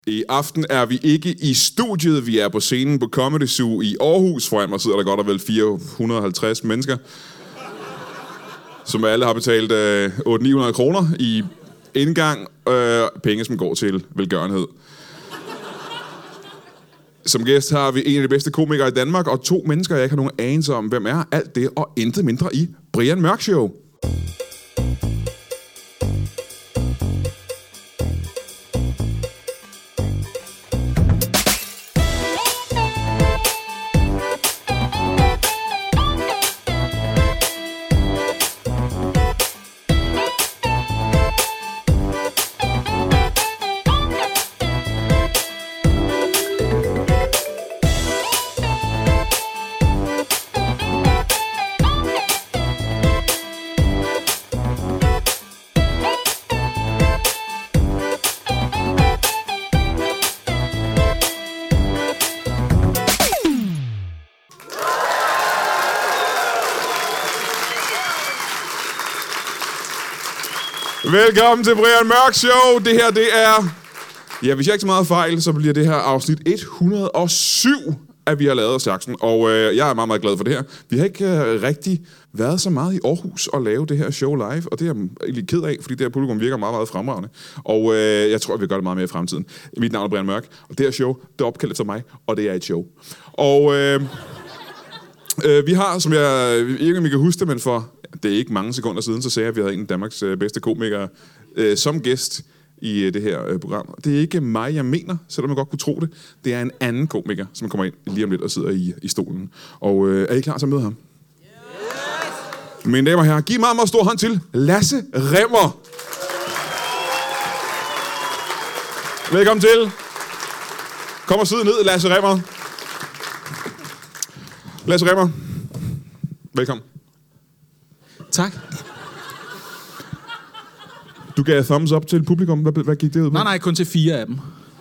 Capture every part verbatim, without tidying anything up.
I aften er vi ikke i studiet, vi er på scenen på Comedy Zoo i Aarhus. Foran mig sidder der godt og vel fire hundrede og halvtreds mennesker, som alle har betalt øh, otte hundrede til ni hundrede kroner i indgang, øh, penge som går til velgørenhed. Som gæst har vi en af de bedste komikere i Danmark, og to mennesker, jeg ikke har nogen anelse om, hvem er. Alt det og intet mindre i Brian Mørk Show. Velkommen til Brian Mørk Show. Det her, det er... Ja, hvis jeg ikke så meget fejl, så bliver det her afsnit et hundrede og syv, at vi har lavet af Saxen. Og øh, jeg er meget, meget glad for det her. Vi har ikke øh, rigtig været så meget i Aarhus og lave det her show live. Og det er jeg egentlig ked af, fordi det her publikum virker meget, meget fremragende. Og øh, jeg tror, at vi gør det meget mere i fremtiden. Mit navn er Brian Mørk, og det her show, det er opkaldt efter mig, og det er et show. Og øh, øh, vi har, som jeg ikke om I kan huske det, men for... Det er ikke mange sekunder siden, så sagde jeg, at vi havde en af Danmarks bedste komikere øh, som gæst i øh, det her øh, program. Det er ikke mig, jeg mener, selvom man godt kunne tro det. Det er en anden komiker, som kommer ind lige om lidt og sidder i, i stolen. Og øh, er I klar til at møde ham? Yes! Mine damer og herrer, giv meget, meget stor hånd til Lasse Rimmer. Velkommen til. Kom og sidde ned, Lasse Rimmer. Lasse Rimmer. Velkommen. Tak. Du gav thumbs up til publikum. Hvad, hvad gik det ud på? Nej, nej, kun til fire af dem.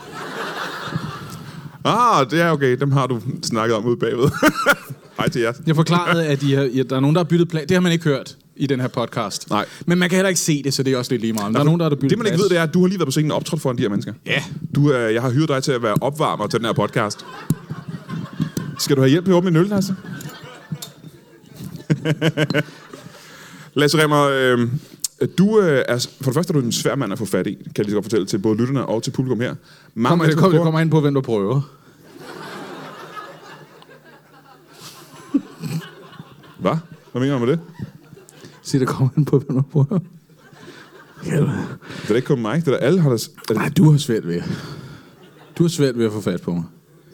Ah, det er okay. Dem har du snakket om ude bagved. Hej til jer. Jeg forklarede, at I har, ja, der er nogen, der har byttet plads. Det har man ikke hørt i den her podcast. Nej. Men man kan heller ikke se det, så det er også lidt lige meget. Der er nogen, der har byttet Det, man ikke plads. ved, det er, at du har lige været på scenen og optrådt foran de her mennesker. Ja. Du, øh, jeg har hyret dig til at være opvarmer til den her podcast. Skal du have hjælp med at åbne en øl, Lasse? Lasse Rimmer, øh, du øh, er, for det første er du en svær mand at få fat i, kan jeg lige så godt fortælle til både lytterne og til publikum her. Mange Kom, det, kommer, det kommer ind på, hvem du prøver. Hvad? Hvad mener du med det? Sig, det kommer ind på, hvem du prøver. Ja. Det er da ikke kun mig, det er der alle har der... Det... Nej, du har svært ved. Du har svært ved at få fat på mig.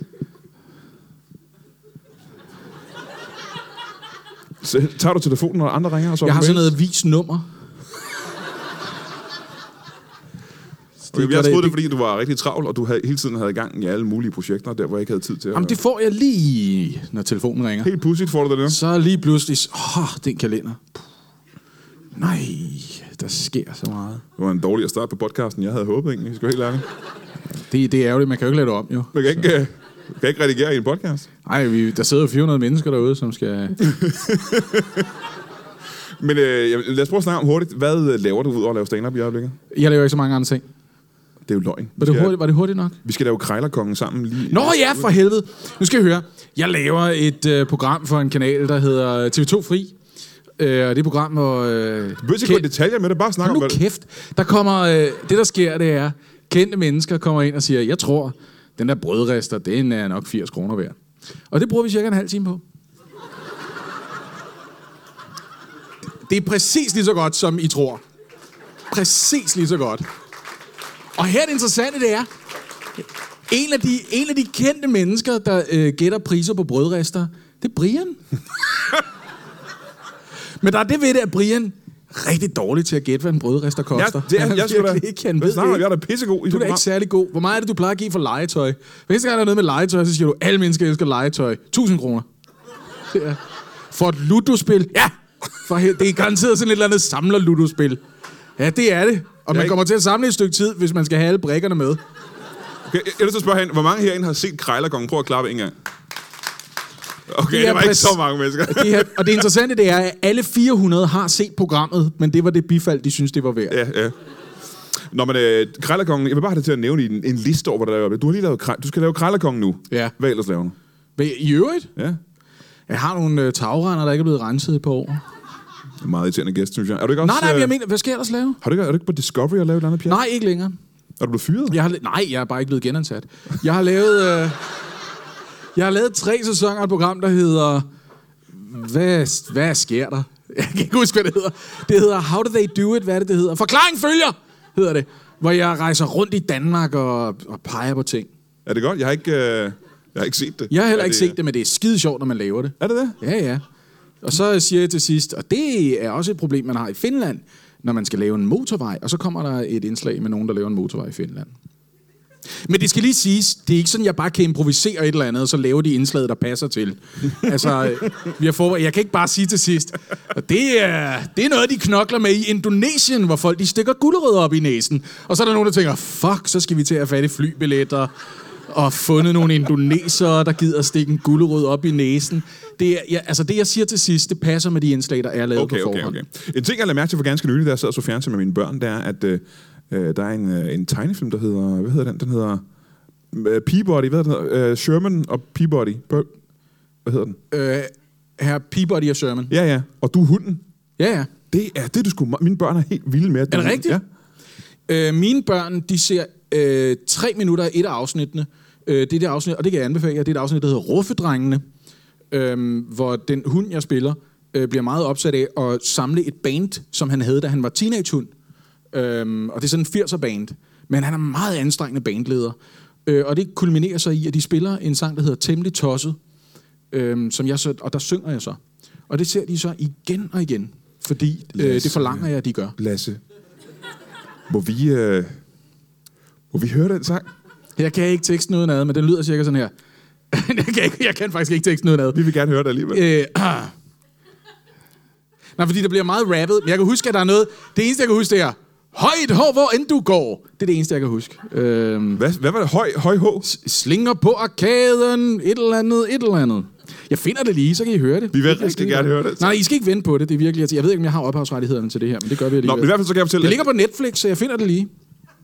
Så tager du telefonen, når andre ringer? Og så jeg har sådan noget vis nummer. Okay, jeg troede det, fordi du var rigtig travl, og du havde, hele tiden havde i gang i alle mulige projekter, der hvor jeg ikke havde tid til at... Jamen, det får jeg lige, når telefonen ringer. Helt pudsigt får du det der. Så lige pludselig... Åh, oh, den kalender. Nej, der sker så meget. Det var en dårligere start på podcasten, jeg havde håbet egentlig, skal jeg helt ærligt. Det, det er ærgerligt, man kan jo ikke lade det om, jo. Man kan ikke... Uh... Du kan ikke redigere i en podcast? Nej, vi, der sidder jo fire hundrede mennesker derude, som skal... Men øh, lad os prøve at snakke om hurtigt. Hvad laver du ud over at lave stand-up i øjeblikket? Jeg laver ikke så mange andre ting. Det er jo løgn. Var det, skal, hurtigt, var det hurtigt nok? Vi skal lave Krejlerkongen sammen lige... Nå ja, for helvede! Nu skal I høre. Jeg laver et øh, program for en kanal, der hedder T V to Fri. Øh, og det program, hvor... Øh, du behøver ikke gå i detaljer med det, bare snak om det. kæft. Der kommer... Øh, det, der sker, det er... Kendte mennesker kommer ind og siger, jeg tror... Den der brødrester, den er nok firs kroner værd. Og det bruger vi cirka en halv time på. Det er præcis lige så godt, som I tror. Præcis lige så godt. Og her er det interessante, det er, en af de, en af de kendte mennesker, der øh, gætter priser på brødrester, det er Brian. Men der er det ved det, at Brian... rigtig dårligt til at gætte, hvad en brødrester koster. Ja, det er, jeg, jeg skulle da... Ikke, han ved snakker, jeg er da pissegod i du er da ikke særlig god. Hvor meget er det, du plejer at give for legetøj? Hvis der er noget med legetøj, så siger du, alle mennesker elsker legetøj. tusind kroner. Ja. For et ludospil? Ja! For det er garanteret sådan et eller andet samler-ludospil. Ja, det er det. Og man ikke... kommer til at samle et stykke tid, hvis man skal have alle brikkerne med. Okay, jeg vil så spørge hen, hvor mange herinde har set Krejlerkongen? Prøv at klappe en gang. Okay, det, det var ikke så mange mennesker. Det her, og det interessante, det er, at alle fire hundrede har set programmet, men det var det bifald, de synes det var værd. Ja, ja. Nå, men øh, Krejlerkongen, jeg vil bare have det til at nævne i en, en liste over, hvad der er. Du har lige lavet, du skal lave Krejlerkongen nu. Ja. Hvad ellers laver du? I øvrigt? Ja. Jeg har nogle øh, tagrender, der ikke er blevet renset et par år. Det er meget irriterende gæst, synes jeg. Er du ikke også, Nej, nej, men øh, jeg mener, hvad skal jeg ellers lave? Har du ikke, er du ikke på Discovery at lave et andet pjat? Nej, ikke længere. Er du blevet fyret? Jeg har, nej, jeg er bare ikke blevet genansat. Jeg har lavet... Øh, jeg har lavet tre sæsoner af et program, der hedder... Hvad, hvad sker der? Jeg kan ikke huske, hvad det hedder. Det hedder How Do They Do It? Hvad er det, det hedder? Forklaring følger, hedder det. Hvor jeg rejser rundt i Danmark og, og peger på ting. Er det godt? Jeg har ikke, øh, jeg har ikke set det. Jeg har heller er ikke det, set det, men det er skide sjovt, når man laver det. Er det det? Ja, ja. Og så siger jeg til sidst, og det er også et problem, man har i Finland, når man skal lave en motorvej, og så kommer der et indslag med nogen, der laver en motorvej i Finland. Men det skal lige siges, det er ikke sådan, jeg bare kan improvisere et eller andet, og så lave de indslag, der passer til. Altså, vi har forberedt, jeg kan ikke bare sige til sidst, og det er, det er noget, de knokler med i Indonesien, hvor folk de stikker gulerødder op i næsen. Og så er der nogen, der tænker, fuck, så skal vi til at have fat i flybilletter, og fundet nogle indonesere, der gider at stikke en gulerod op i næsen. Det, er, ja, altså det, jeg siger til sidst, det passer med de indslag, der er lavet okay, på okay, forhånd. okay. En ting, jeg lavede mærke til for ganske nylig, da jeg sad og så fjernsyn med mine børn, det er, at øh, der er en, øh, en tegnefilm, der hedder... Hvad hedder den? Den hedder... Øh, Peabody. Hvad hedder den? Øh, Sherman og Peabody. Hvad hedder den? Øh, Herr Peabody og Sherman. Ja, ja. Og du er hunden. Ja, ja. Det er det, du skulle... Mine børn er helt vilde med. Er det rigtigt? Ja. Øh, mine børn, de ser øh, tre minutter af et af afsnittene. Øh, det er det afsnit, og det kan jeg anbefale jer. Det er et afsnit, der hedder Ruffedrengene, øh, hvor den hund, jeg spiller, øh, bliver meget opsat af at samle et band, som han havde, da han var teenagehund. Øh, og det er sådan en firser-band. Men han er meget anstrengende bandleder. Øh, og det kulminerer så i, at de spiller en sang, der hedder Temmelig Tosset, øh, som jeg så, og der synger jeg så. Og det ser de så igen og igen, fordi øh, det forlanger jeg, at de gør. Lasse, må vi, øh, må vi høre den sang? Jeg kan ikke teksten uden ad, men den lyder cirka sådan her. jeg, kan ikke, jeg kan faktisk ikke teksten uden ad. Vi vil gerne høre det alligevel. Øh, ah. Nej, fordi der bliver meget rappet. Men jeg kan huske, at der er noget... Det eneste, jeg kan huske, det er... Højt hår, hvor end du går. Det er det eneste, jeg kan huske. Øh, hvad, hvad var det? Høj, høj hår? Slinger på arkaden. Et eller andet, et eller andet. Jeg finder det lige, så kan I høre det. Vi vil rigtig gerne høre det. Nej, I skal ikke vente på det. Det er virkelig... Jeg ved ikke, om jeg har ophavsrettighederne til det her, men det gør vi alligevel. Nå, men i hvert fald så kan jeg fortælle... Det ligger på Netflix, så jeg finder det lige. Men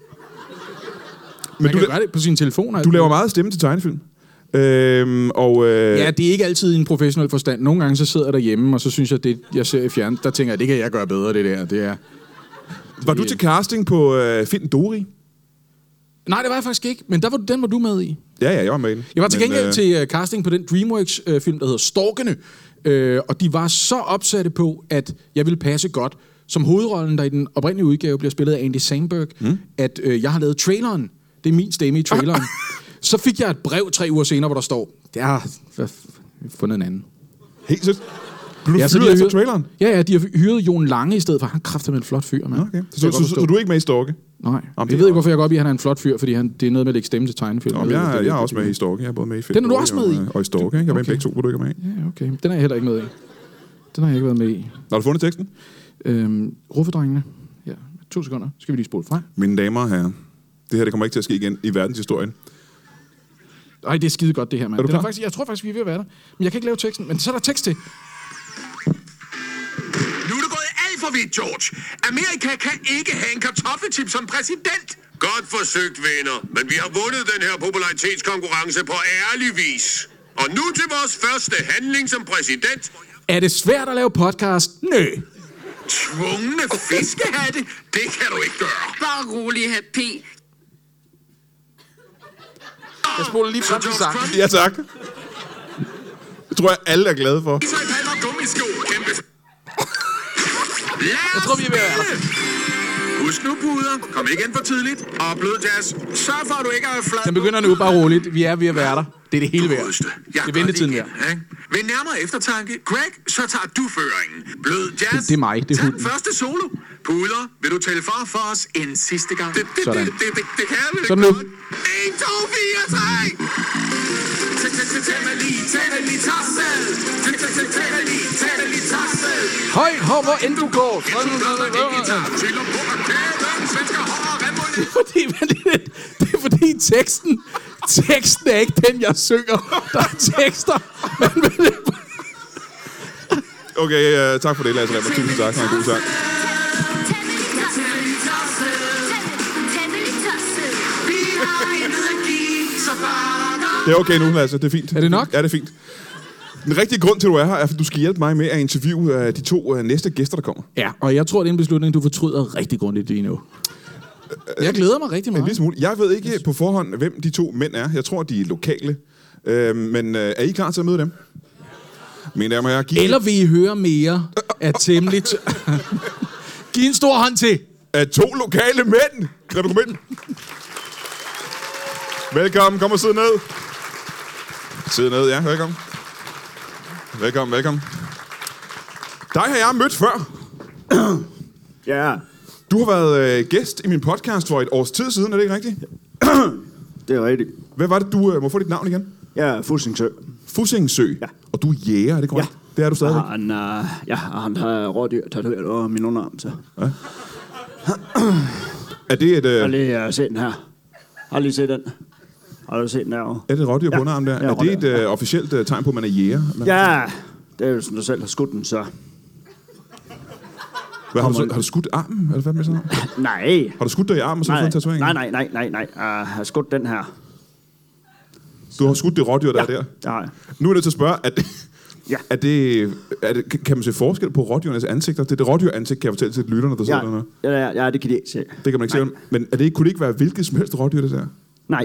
Man du kan la- gøre det på sin telefon. Du laver meget stemme til tegnefilm. Øhm, og, øh... Ja, det er ikke altid i en professionel forstand. Nogle gange så sidder jeg derhjemme, og så synes jeg, det jeg ser i fjern, der tænker jeg, det kan jeg gøre bedre, det der. Det er... Var du til casting på øh, Find Dory? Nej, det var jeg faktisk ikke, men der var, den var du med i. Ja, ja, jeg var med i den. Jeg var til gengæld øh... til uh, casting på den DreamWorks-film, uh, der hedder Storkene, uh, og de var så opsatte på, at jeg ville passe godt som hovedrollen, der i den oprindelige udgave bliver spillet af Andy Samberg, mm. at uh, jeg har lavet traileren. Det er min stemme i traileren. Så fik jeg et brev tre uger senere, hvor der står, det har fundet en anden. Helt sødt. Blev du ja, fyret efter traileren? Ja, ja, de har hyret Jon Lange i stedet for. Han kræfter med en flot fyr, mand. Okay. Så, så, så, så, så du er ikke med i Storke? Nej. Jamen, jeg ved ikke, hvorfor jeg går op i, at han er en flot fyr, fordi han, det er noget med at lægge stemme til tegnefilm. Nå, jeg, jeg, jeg, jeg er også med i Storke. Jeg er både med i Find Den er du også med og, i? Og i Storke. Jeg var okay. begge to, hvor du ikke er med i. Ja, okay. Den er jeg heller ikke med i. Den har jeg ikke været med i. Har du fundet teksten? Øhm, Ruffedrengene. Ja, to sekunder. Skal vi lige spole frem? Mine damer og herrer, det her det kommer ikke til at ske igen i verdenshistorien. Ej, det er skide godt, det her, mand. Er du Det er klar? faktisk, jeg tror faktisk, vi er ved at være der. Men jeg kan ikke lave teksten. Men så er der tekst til. Nu er det gået alt for vidt, George. Amerika kan ikke have en kartoffeltip som præsident. Godt forsøgt, venner. Men vi har vundet den her popularitetskonkurrence på ærlig vis. Og nu til vores første handling som præsident. Er det svært at lave podcast? Nø. Tvungne fiskehatte? Det kan du ikke gøre. Bare rolig, H P. Jeg spoler lige frem til sangen. Ja, tak. Det tror jeg, alle er glade for. Så et halvt gummisko. Kæmpe. Jeg tror, vi er ved at være der. Husk nu, puder. Kom ikke ind for tidligt. Og blød jazz. Sørg for, at du ikke er flad. Den begynder nu, bare roligt. Vi er ved at være der. Det er det hele værd. Det er ventetiden her. Ved nærmere eftertanke, Greg, så tager du føringen. Blød jazz. Det, det er mig, det er Tag hunden. den første solo. Puder, vil du tælle for for os en sidste gang? Det, det, Sådan. Det, det, det, det kan vi Sådan nu. en, to, fire, tre. Tæmmelig, tæmmelig tassel. Tæmmelig, tæmmelig tassel. Højt hår, hvor end du går. Det er fordi, men det, er- det er fordi teksten, teksten er ikke den, jeg synger. Der er tekster. Men, men, Okay, uh, tak for det, Lasse Remmer. Tusind tak for en god sang. Det er okay nu, Lasse. Det er fint. Er det nok? Ja, det er fint. Den rigtige grund til, at du er her, er, at du skal hjælpe mig med at interviewe uh, de to uh, næste gæster, der kommer. Ja, og jeg tror, det er en beslutning, du fortryder rigtig grundigt lige nu. Jeg glæder mig rigtig En meget. lille smule. Jeg ved ikke på forhånd, hvem de to mænd er. Jeg tror, de er lokale. Uh, men uh, er I klar til at møde dem? Mine damer og herrer, giv... Eller vil I høre mere af temmelig... Giv en stor hånd til. Af to lokale mænd. Kan du komme ind? Velkommen. Kom og sid ned. Sid ned, ja. Velkommen. Velkommen, velkommen. Dig har jeg mødt før. Ja, Du har været øh, gæst i min podcast for et års tid siden, er det ikke rigtigt? det er rigtigt. Hvad var det, du øh, må få dit navn igen? Jeg er Fussingsø. Fussingsø. Ja. Og du er jæger, er det korrekt? Ja. Det er du stadigvæk. Jeg har en, uh, ja, han har rådyr tatoveret over min underarm, så. Ja. Er det et... Jeg har Øh, lige uh, set den her. Har lige set den. Har du set den derovre? er det et rådyr på Ja. underarm der? Ja, Er det et rådyr, øh, officielt øh, tegn på, at man er jæger? Eller? Ja, det er jo sådan, du selv har skudt den, så. Hvad, har, du, så- har du skudt armen? Eller hvad med sådan noget? Nej. Har du skudt dig i armen, og så har du Nej, fået en tatovering? nej, nej, nej, nej, nej. Uh, jeg har skudt den her. Du har skudt det rådyr, der Ja, er der? det har jeg. Nu er det til at spørge, at, Ja. er det, er det, kan man se forskel på rådyrernes ansigter? Det er det rådyransigt, kan jeg fortælle til lytterne, der sidder Ja, dernede. ja, ja, ja, det kan de ikke se. Det kan man ikke Nej. se. Men er det ikke, kunne det ikke være hvilket som helst rådyr, det der? Nej.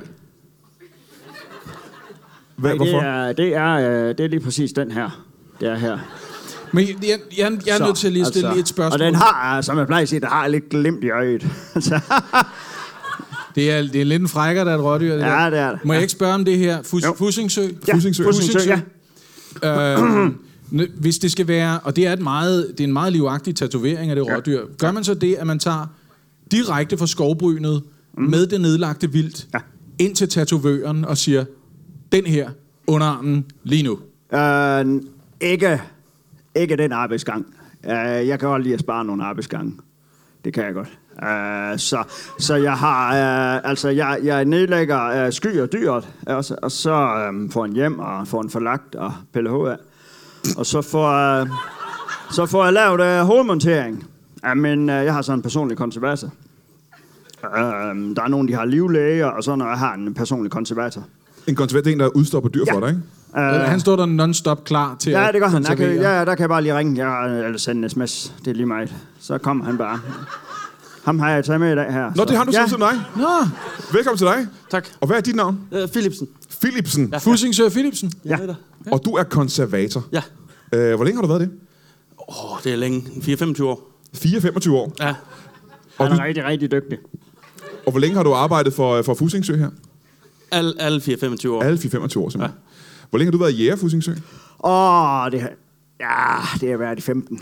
Hvad, Nej, det hvorfor? er, det, er, øh, det er lige præcis den her. Det er her. Men jeg, jeg, jeg, jeg er Så, nødt til at lige at stille altså, lige et spørgsmål. Og den har, som jeg plejer at sige, der har lidt glimt i øjet. Så, Det er, det er lidt en frækker, der er et rådyr. Det Ja, der. det er det. Må jeg Ja. ikke spørge om det her? Fus, Jo. Fussingsø? ja, Fussingsø. Fussingsø, ja. Øh, n- hvis det skal være, og det er, et meget, det er en meget livagtig tatovering af det Ja. rådyr, gør man så det, at man tager direkte fra skovbrynet mm. med det nedlagte vildt Ja. ind til tatovøren og siger, den her underarmen lige nu. Øh, ikke, ikke den arbejdsgang. Uh, jeg kan godt lide at spare nogle arbejdsgange. Det kan jeg godt. Uh, så, så jeg har, uh, altså jeg, jeg nedlægger uh, sky og dyret, også, og så um, får en hjem og får en forlagt og pille hoved af. Og så får, uh, så får jeg lavet uh, hovedmontering. Uh, men uh, jeg har sådan en personlig konservator. Uh, der er nogen, de har livlæger, og så når jeg har en personlig konservator. En konservator, en, der udstopper dyr Ja. for dig, ikke? Uh, Han står der non-stop klar til Ja, at det gør han. Jeg kan, konservere. ja, der kan jeg bare lige ringe, jeg, eller sende en sms. Det er lige meget. Så kommer han bare. Ham har jeg taget med i dag her. Nå, det har du ja. ja. til dig. Nå, Velkommen til dig. Tak. Og hvad er dit navn? Øh, Philipsen. Philipsen. Ja. Fussingsø Philipsen. Ja. Og du er konservator. Ja. Øh, hvor længe har du været det? Åh, oh, det er længe. fire til femogtyve år. fire til femogtyve år. Ja. Han er rigtig, rigtig dygtig. Og hvor længe har du arbejdet for, for Fussingsø her? Alle, alle fire til femogtyve år. Alle fire til femogtyve år, simpelthen. Ja. Hvor længe har du været jæger, Fussingsø? Åh, det har... Ja, det har været i femten.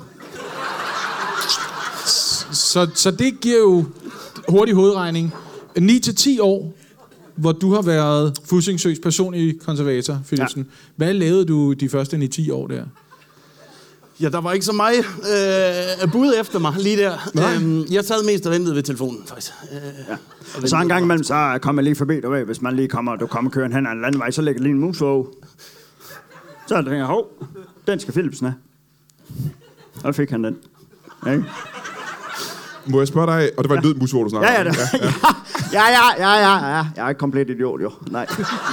Så, så det giver jo hurtig hovedregning. ni til ti år, hvor du har været Fussingsøs personlige konservator, Philipsen. Ja. Hvad lavede du de første ni til ti år der? Ja, der var ikke så meget øh, bud efter mig lige der. Øhm, jeg sad mest og ventede ved telefonen, faktisk. Øh, Ja. Og så en gang imellem, så kommer jeg lige forbi, du ved, hvis man lige kommer, du kommer kørende hen ad en landvej, så lægger lige en musvåge. Så tænker jeg, hov, den skal Philipsen have. Og fik han den. Ikke? Må jeg spørge dig, og det var en død musvåg, du snakker Ja, ja, om. det, ja, ja, ja, ja, ja, jeg er ikke komplet idiot, jo. Nej.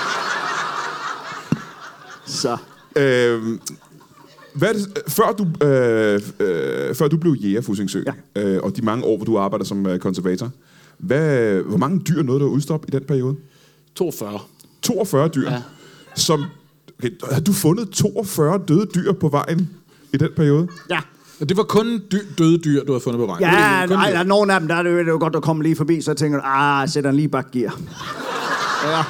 Så. Øh, hvad er det, før, du, øh, øh, før du blev jæger, Fussingsø, Ja. øh, og de mange år, hvor du arbejder som øh, konservator, hvad, hvor mange dyr nåede du at udstoppe i den periode? toogfyrre. toogfyrre dyr. Ja. Som, okay, har du fundet toogfyrre døde dyr på vejen i den periode? Ja. Og det var kun dy- døde dyr, du havde fundet på vejen? Ja, Det var kun nej, det. der er nogle af dem, der er det jo, det er jo godt, at komme lige forbi, så tænker du, ah, jeg sætter den lige bak gear. Ja.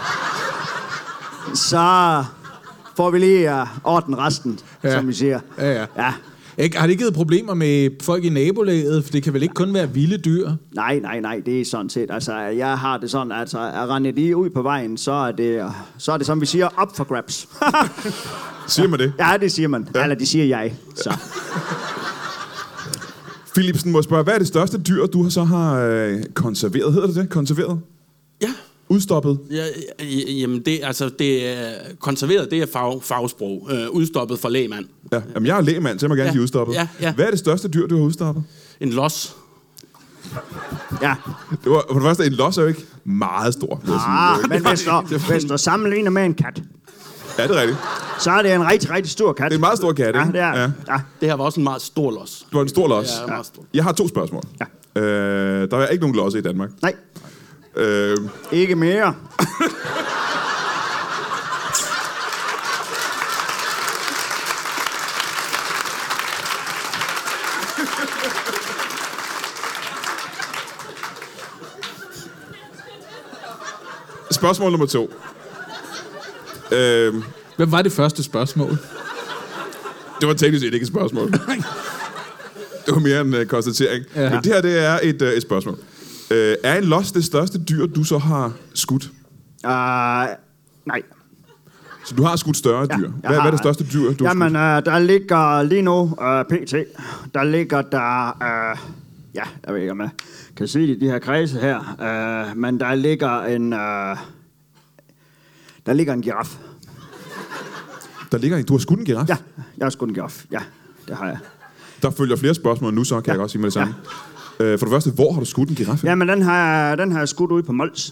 Så får vi lige uh, orden resten, Ja. ja. som vi siger. Ja, ja. Ja. Ikke, har det givet problemer med folk i nabolaget? For det kan vel ikke kun være vilde dyr? Nej, nej, nej, det er sådan set. Altså, jeg har det sådan, altså, at rende de ud på vejen, så er det, så er det som vi siger, up for grabs. Siger man det? Ja, det siger man. Ja. Eller det siger jeg. Så. Philipsen, må jeg spørge, hvad er det største dyr, du så har øh, konserveret? Hedder det det? Konserveret? Ja. Udstoppet? Ja, j- jamen, det, altså, det er konserveret, det er fag, fagsprog. Øh, udstoppet for lægmand. Ja. Jamen, jeg er lægmand, så jeg må gerne Ja. sige udstoppet. Ja, ja. Hvad er det største dyr, du har udstoppet? En los. Ja. Det var for det første, en los er jo ikke meget stor. vil jeg sige. Ah, men hvis du, hvis du sammenligner med en kat, Ja, det er rigtigt. så er det en rigtig, rigtig stor kat. Det er en meget stor kat, ikke? Ja, det er. Ja. Ja. Det her var også en meget stor los. Det var en stor los. Ja, meget stor. Jeg har to spørgsmål. Ja. Øh, der er ikke nogen losse i Danmark. Nej, Øh, ikke mere. spørgsmål nummer to. Øh, Hvad var det første spørgsmål? det var teknisk set ikke et spørgsmål. Det var mere en uh, konstatering. Ja. Men det her, det er et, uh, et spørgsmål. Uh, er en los det største dyr, du så har skudt? Uh, nej. Så du har skudt større dyr. jeg Hvad, hvad er det største dyr, du Jamen, har uh, der ligger lige nu, uh, pt. Der ligger der... Uh, ja, jeg ved ikke, om jeg kan sige det i de her kredse her. Uh, men der ligger en... Uh, der ligger en giraf. skudt? Der ligger en. Du har skudt en giraf? Ja, jeg har skudt en giraf. Ja, det har jeg. Der følger flere spørgsmål nu, så kan Ja. jeg godt sige med det samme. Ja. Uh, for det første, hvor har du skudt en giraf? Jamen, den har, den har jeg skudt ude på Mols.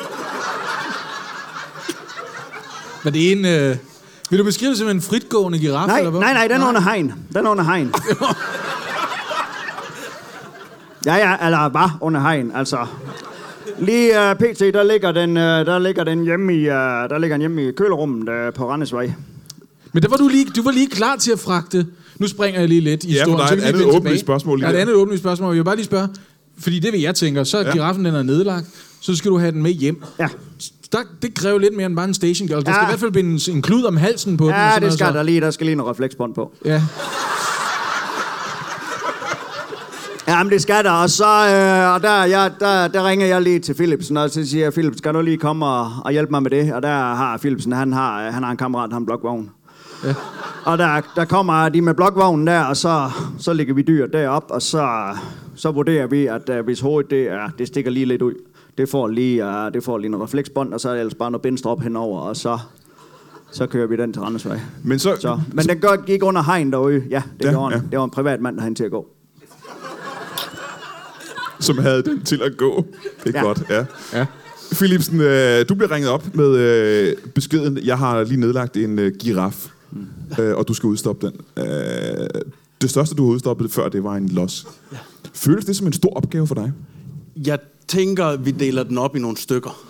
Var det en... Øh... Vil du beskrive det som en fritgående giraf? Nej, eller hvad? nej, nej, den er under hegn. Den er under hegn. Ja, ja, eller var under hegn, altså. Lige uh, pt, der ligger den, uh, der ligger den hjemme i, uh, der ligger den hjemme i kølerummet uh, på Randesvej. Men der var du lige, du var lige klar til at fragte. Nu springer jeg lige lidt i Ja, for historien. der er så et vi kan andet vende åbenlyst tilbage. spørgsmål lige Ja, det der. andet åbenlyst spørgsmål. Jeg vil bare lige spørge, fordi det vil jeg tænker, så er Ja. giraffen, den er nedlagt, så skal du have den med hjem. Ja, Der, det kræver lidt mere end bare en station girl. Der Ja. skal i hvert fald bindes en klud om halsen på den. og ja sådan det skal noget, der lige. Der skal lige noget refleksbånd på. så. Ja. Jamen, det skal der. Og så øh, og der, ja, der, der ringer jeg lige til Philipsen, og så siger jeg, Philip, skal du lige komme og, og hjælpe mig med det? Og der har Philipsen, han har, han har en kammerat, han har en blokvogn. Ja. Og der, der kommer de med blokvognen der, og så, så ligger vi dyr derop, og så, så vurderer vi, at uh, hvis hovedet det, er, det stikker lige lidt ud, det får lige, uh, det får lige noget refleksbånd, og så er det ellers bare noget bindstrop henover, og så, så kører vi den til Randersvej. Men så... Så, men den gør, gik under hegn derude. Ja, det Ja, ja, gjorde den. ja. Det var en privat mand, der havde til at gå. som havde den til at gå. Det er ja. Ja. godt, ja. Ja. Philipsen, øh, du bliver ringet op med øh, beskeden, jeg har lige nedlagt en øh, giraf, mm. øh, og du skal udstoppe den. Øh, det største, du har udstoppet før, det var en los. Ja. Føles det som en stor opgave for dig? Jeg tænker, vi deler den op i nogle stykker.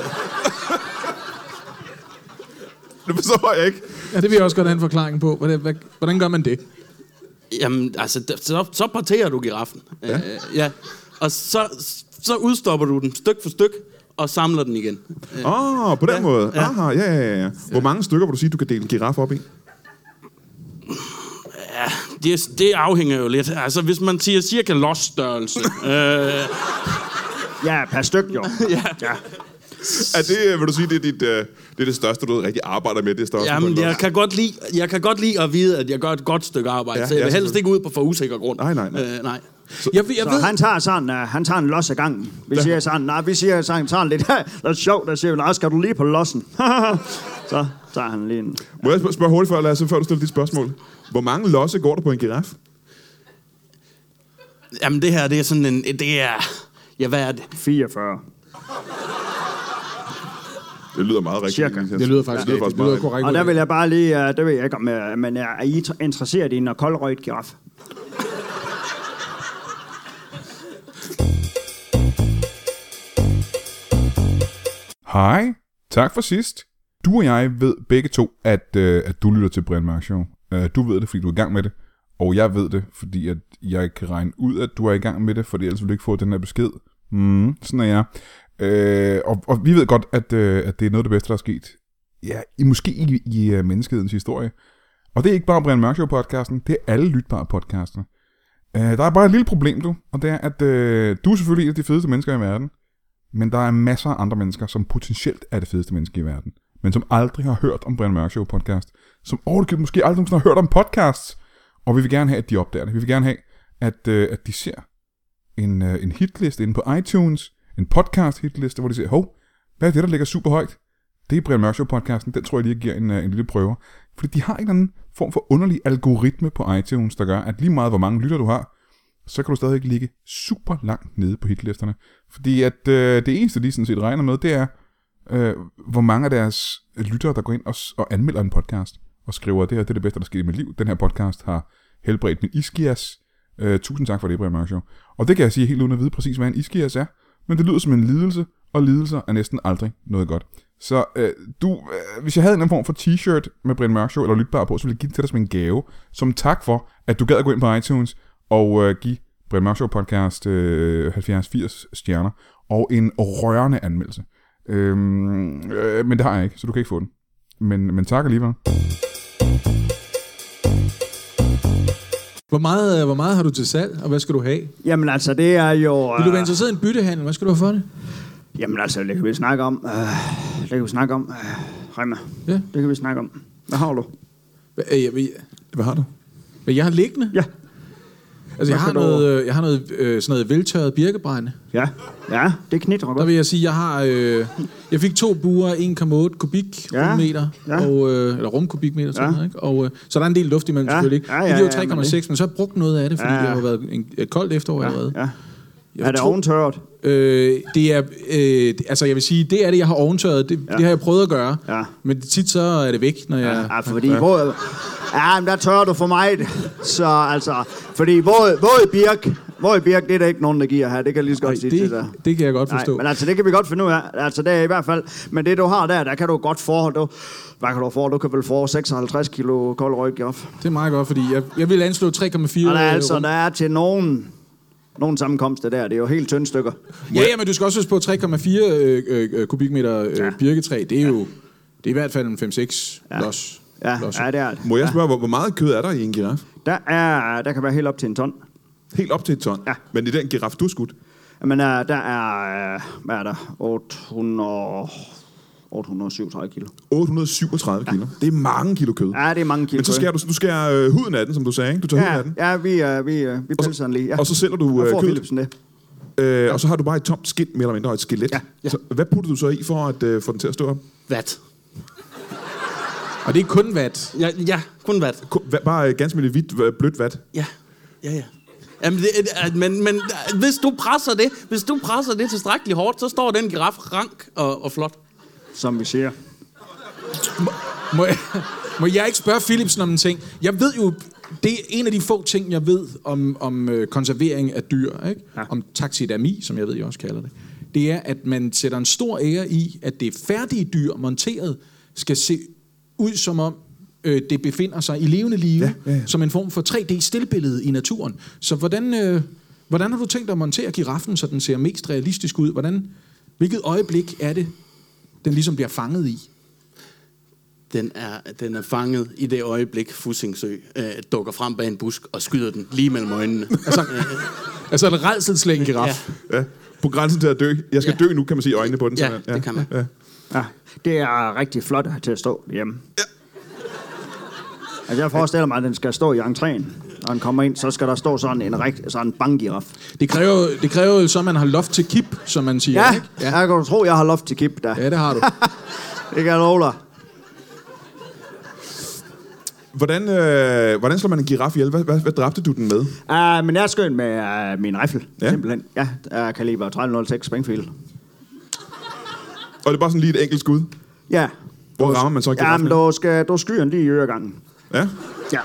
Det forstår jeg ikke. Ja, det vil jeg også godt have en forklaring på. Hvordan, hvad- hvordan gør man det? Jamen, altså, d- så, så parterer du giraffen. Ja. Øh, ja. Og så, så udstopper du den styk for styk, og samler den igen. Åh, oh, på den Ja, måde. ja. Aha, ja, ja, ja. Hvor mange stykker vil du sige, du kan dele en giraf op i? Det, det afhænger jo lidt. Altså, hvis man siger cirka los-størrelse. øh, Ja, per styk jo. ja. Ja. Er det, vil du sige, det er, dit, øh, det er det største, du rigtig arbejder med, det er største? på en Jamen, los? jeg kan, godt lide, jeg kan godt lide at vide, at jeg gør et godt stykke arbejde, Ja, ja, så jeg ja, vil helst ikke ud på for usikker grund. Nej, nej, nej. Øh, nej. Jeg, ved- jeg Så ved, han tager sådan, uh, han tager en los ad gangen. Vi siger sådan, nej, vi siger sådan, tager en lidt, det er sjovt, der siger vi, nej, skal du lige på lossen? Så tager han lige en... Må jeg spørge spørge hurtigt før, Lasse, før du stiller dit spørgsmål? Hvor mange losse går der på en giraf? Jamen, det her, det er sådan en... Det er... Ja, hvad er det? fireogfyrre. Det lyder meget rigtigt. Cirka. Niklas. det lyder faktisk, det lyder det faktisk lyder meget korrekt. Og der vil jeg bare lige, uh, det ved jeg ikke om, uh, men er I t- interesseret i en koldrøget giraf? Hej, tak for sidst. Du og jeg ved begge to, at, øh, at du lytter til Brian Mørk Show. Øh, du ved det, fordi du er i gang med det. Og jeg ved det, fordi at jeg kan regne ud, at du er i gang med det, for ellers vil du ikke få den her besked. Mm, sådan er jeg. Øh, og, og vi ved godt, at, øh, at det er noget af det bedste, der er sket. Ja, i, måske i, i uh, menneskehedens historie. Og det er ikke bare Brian Mørk Show-podcasten, det er alle lytbare podcaster. Øh, der er bare et lille problem, du. Og det er, at øh, du er selvfølgelig en af de fedeste mennesker i verden. Men der er masser af andre mennesker, som potentielt er det fedeste menneske i verden, men som aldrig har hørt om Brian Mørk Show podcast, som overhovedet måske aldrig nogensinde har hørt om podcasts, og vi vil gerne have, at de opdager det. Vi vil gerne have, at, øh, at de ser en, øh, en hitliste inde på iTunes, en podcast hitliste, hvor de siger, hov, hvad er det, der ligger super højt? Det er Brian Mørk Show podcasten, den tror jeg lige giver en, øh, en lille prøve. Fordi de har en eller anden form for underlig algoritme på iTunes, der gør, at lige meget hvor mange lytter du har, så kan du stadig ligge super langt nede på hitlisterne. Fordi at øh, det eneste, de sådan set regner med, det er, øh, hvor mange af deres lyttere, der går ind og, og anmelder en podcast, og skriver, det her det er det bedste, der sker i mit liv. Den her podcast har helbredt min iskias. Øh, tusind tak for det, Brian Mørk Show. Og det kan jeg sige helt uden at vide præcis, hvad en iskias er. Men det lyder som en lidelse, og lidelser er næsten aldrig noget godt. Så øh, du, øh, hvis jeg havde en form for t-shirt med Brian Mørk Show, eller lytbar på, så ville jeg give det til dig som en gave, som tak for, at du gad at gå ind på iTunes, og øh, give Brian Mørk Show podcast øh, halvfjerds firs stjerner, og en rørende anmeldelse. Øhm, øh, men det har jeg ikke, så du kan ikke få den. Men, men tak alligevel. Hvor meget, hvor meget har du til salg, og hvad skal du have? Jamen altså, det er jo... Vil du være interesseret i en byttehandel? Hvad skal du have for det? Jamen altså, det kan vi snakke om. Uh, det kan vi snakke om. Uh, Rema. Ja. Det kan vi snakke om. Hvad har du? Hvad, jeg, jeg, Hvad har du? hvad jeg har liggende? Ja. Altså, jeg Hvad har kan du- noget, jeg har noget øh, sådan noget veltørret birkebrænde. Ja. Ja, det knitrer Der godt. vil jeg sige, jeg har... Øh, jeg fik to buer, en komma otte kubikmeter, Ja, ja. og, øh, eller rumkubikmeter, sådan Ja. noget, ikke? Og, øh, så der er en del luft imellem, Ja, selvfølgelig ikke. ja, ja, Det giver jo ja, tre komma men seks, men så har jeg brugt noget af det, fordi Ja, ja. det har været en, et koldt efterår allerede. Ja. Jeg Er det tror- oventørret? Øh, det er, øh, altså jeg vil sige, det er det, jeg har oventørret. Det, ja. det har jeg prøvet at gøre. Ja. Men tit så er det væk, når jeg... Ja, fordi ja. Både, ja, men der tørrer du for mig. Så altså, fordi både, både birk, både birk, det er der ikke nogen, der giver her. Det kan jeg lige så godt Nej, sige til det, dig. det kan jeg godt forstå. Nej, men altså, det kan vi godt finde ud af. Altså, det er i hvert fald... Men det, du har der, der kan du godt få... Du, hvad kan du få? Du kan vel få seksoghalvtreds kilo kold røggjof. Det er meget godt, fordi jeg, jeg vil anslå tre komma fire... Og der er altså, rum. der er til nogen... Nogle sammenkomster der. Det er jo helt tynde stykker. Ja, ja, men du skal også huske på tre komma fire øh, øh, kubikmeter øh, Ja. birketræ. Det er jo... Det er i hvert fald en fem seks Ja. los. Ja, los. ja, det er det. Må jeg spørge, hvor, hvor meget kød er der i en giraf? Der, er, der kan være helt op til en ton. Helt op til et ton. Ja. Men i den giraf, du har skudt, Men uh, der er... Uh, hvad er der? otte hundrede... otte hundrede syvogtredive kilo. otte hundrede syvogtredive kilo. Det er mange kilo kød. Ja, det er mange kilo. Men så skærer du, du skærer øh, huden af den, som du sagde, ikke? Du tager huden af den. Ja, ja, vi, uh, vi, uh, vi Og så- pelser den lige. Ja. Og så sælger du Og øh, får kød. Philipsen det. Øh, og så har du bare et tomt skin, mere eller mindre, og et skelet. Ja, ja. Så, hvad putter du så i for at øh, få den til at stå op? Vat. Og det er kun vat. Ja, ja, kun vat. Ku- hva- Bare øh, ganske med hvidt, øh, blødt vat. Ja, ja, ja. Jamen, det, er- men, men hvis du presser det, hvis du presser det tilstrækkeligt hårdt, så står den giraf rank og, og flot. Som vi siger. Må jeg, må jeg ikke spørge Philipsen om en ting? Jeg ved jo... Det er en af de få ting, jeg ved om, om øh, konservering af dyr, ikke? Ja. Om taxidermi, som jeg ved, jeg også kalder det. Det er, at man sætter en stor ære i, at det færdige dyr, monteret, skal se ud som om, øh, det befinder sig i levende live, ja, ja, ja. Som en form for tre D-stillbillede i naturen. Så hvordan, øh, hvordan har du tænkt dig at montere giraffen, så den ser mest realistisk ud? Hvordan, hvilket øjeblik er det, den ligesom bliver fanget i? Den er, den er fanget i det øjeblik, Fussingsø øh, dukker frem bag en busk og skyder den lige mellem øjnene. Altså, altså en rædselsslængen giraf. Ja. Ja. På grænsen til at dø. Jeg skal Ja. dø nu, kan man sige, i øjnene på den. Ja, sådan. det kan man. Ja. Ja, det er rigtig flot at have til at stå hjemme. Ja. Altså, jeg forestiller mig, at den skal stå i entréen. Når den kommer ind, så skal der stå sådan en rigtig sådan en banggiraf. Det kræver, det kræver jo så, at man har loft til kip, som man siger. Ja, Ikke? ja, jeg kan du tro, jeg har loft til kip der. Ja, det har du. Det kan jeg love dig. Hvordan, øh, hvordan slår man en giraf ihjel? Hvad, hvad, hvad dræbte du den med? Uh, men jeg skød med uh, min rifle, Ja. ja. simpelthen. Ja, uh, kaliber tredive nul seks Springfield. Og det er bare sådan lige et enkelt skud. Ja. Hvor rammer man så Ja, giraffen? men du skal, du skyder den lige i øregangen. Ja, Ja.